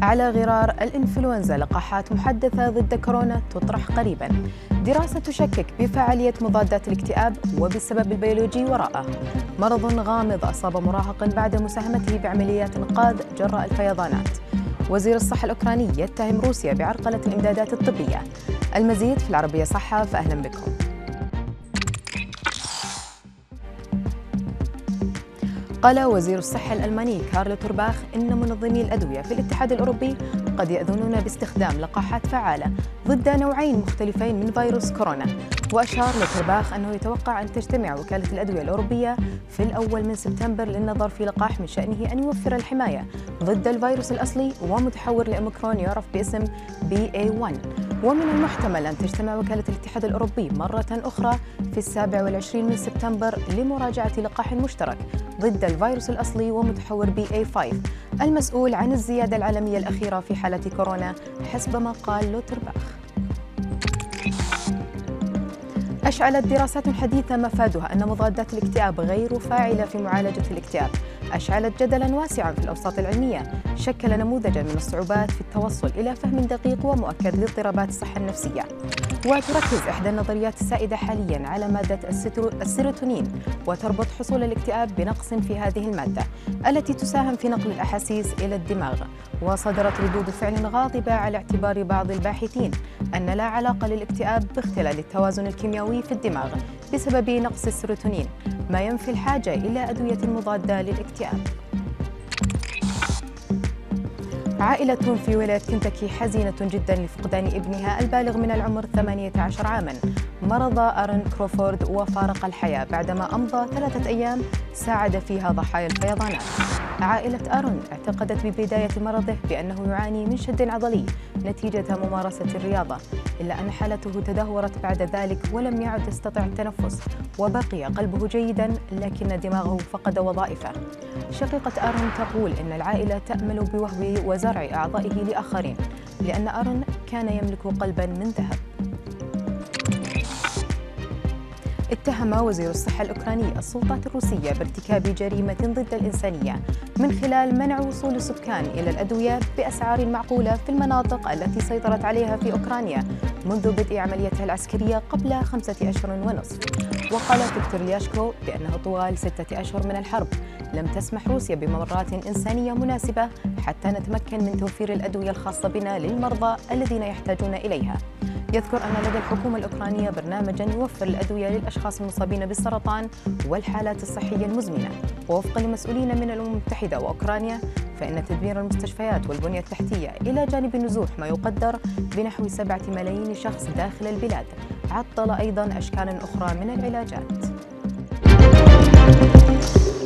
على غرار الإنفلونزا لقاحات محدثة ضد كورونا تطرح قريباً. دراسة تشكك بفعالية مضادات الاكتئاب وبالسبب البيولوجي وراءه. مرض غامض أصاب مراهقاً بعد مساهمته بعمليات إنقاذ جراء الفيضانات. وزير الصحة الأوكراني يتهم روسيا بعرقلة الإمدادات الطبية. المزيد في العربية صحة، فأهلاً بكم. قال وزير الصحة الألماني كارل تورباخ إن منظمي الأدوية في الاتحاد الأوروبي قد يأذنون باستخدام لقاحات فعالة ضد نوعين مختلفين من فيروس كورونا. وأشار لتورباخ أنه يتوقع أن تجتمع وكالة الأدوية الأوروبية في الأول من سبتمبر للنظر في لقاح من شأنه أن يوفر الحماية ضد الفيروس الأصلي ومتحور لأوميكرون يعرف باسم BA1. ومن المحتمل أن تجتمع وكالة الاتحاد الأوروبي مرة أخرى في 27 من سبتمبر لمراجعة لقاح مشترك ضد الفيروس الأصلي ومتحور BA5 المسؤول عن الزيادة العالمية الأخيرة في حالة كورونا حسب ما قال لوترباخ. أشعلت دراسات حديثة مفادها أن مضادات الاكتئاب غير فاعلة في معالجة الاكتئاب. أشعلت جدلاً واسعاً في الأوساط العلمية، شكل نموذجاً من الصعوبات في التوصل إلى فهم دقيق ومؤكد لاضطرابات الصحة النفسية. وتركز إحدى النظريات السائدة حالياً على مادة السيروتونين، وتربط حصول الاكتئاب بنقص في هذه المادة التي تساهم في نقل الأحاسيس إلى الدماغ. وصدرت ردود فعل غاضبة على اعتبار بعض الباحثين أن لا علاقة للاكتئاب باختلال التوازن الكيميائي في الدماغ بسبب نقص السيروتونين، ما ينفي الحاجة إلى أدوية مضادة للاكتئاب. عائلة في ولاية كنتاكي حزينة جدا لفقدان ابنها البالغ من العمر 18 عاما. مرض آرون كروفورد وفارق الحياة بعدما أمضى 3 أيام ساعد فيها ضحايا الفيضانات. عائلة آرون اعتقدت ببداية مرضه بأنه يعاني من شد عضلي نتيجة ممارسة الرياضة، إلا أن حالته تدهورت بعد ذلك ولم يعد يستطيع التنفس، وبقي قلبه جيدا لكن دماغه فقد وظائفه. شقيقة آرون تقول إن العائلة تأمل بوهبه وزرع أعضائه لآخرين، لأن آرون كان يملك قلبا من ذهب. اتهم وزير الصحة الأوكراني السلطات الروسية بارتكاب جريمة ضد الإنسانية من خلال منع وصول السكان إلى الأدوية بأسعار معقولة في المناطق التي سيطرت عليها في أوكرانيا منذ بدء عمليتها العسكرية قبل 5 أشهر ونصف. وقال فيكتور لياشكو بأنه طوال 6 أشهر من الحرب لم تسمح روسيا بممرات إنسانية مناسبة حتى نتمكن من توفير الأدوية الخاصة بنا للمرضى الذين يحتاجون إليها. يذكر أن لدى الحكومة الأوكرانية برنامجاً يوفر الأدوية للأشخاص المصابين بالسرطان والحالات الصحية المزمنة. ووفقاً لمسؤولين من الأمم المتحدة وأوكرانيا فإن تدمير المستشفيات والبنية التحتية إلى جانب نزوح ما يقدر بنحو 7 ملايين شخص داخل البلاد عطل أيضاً أشكالاً أخرى من العلاجات.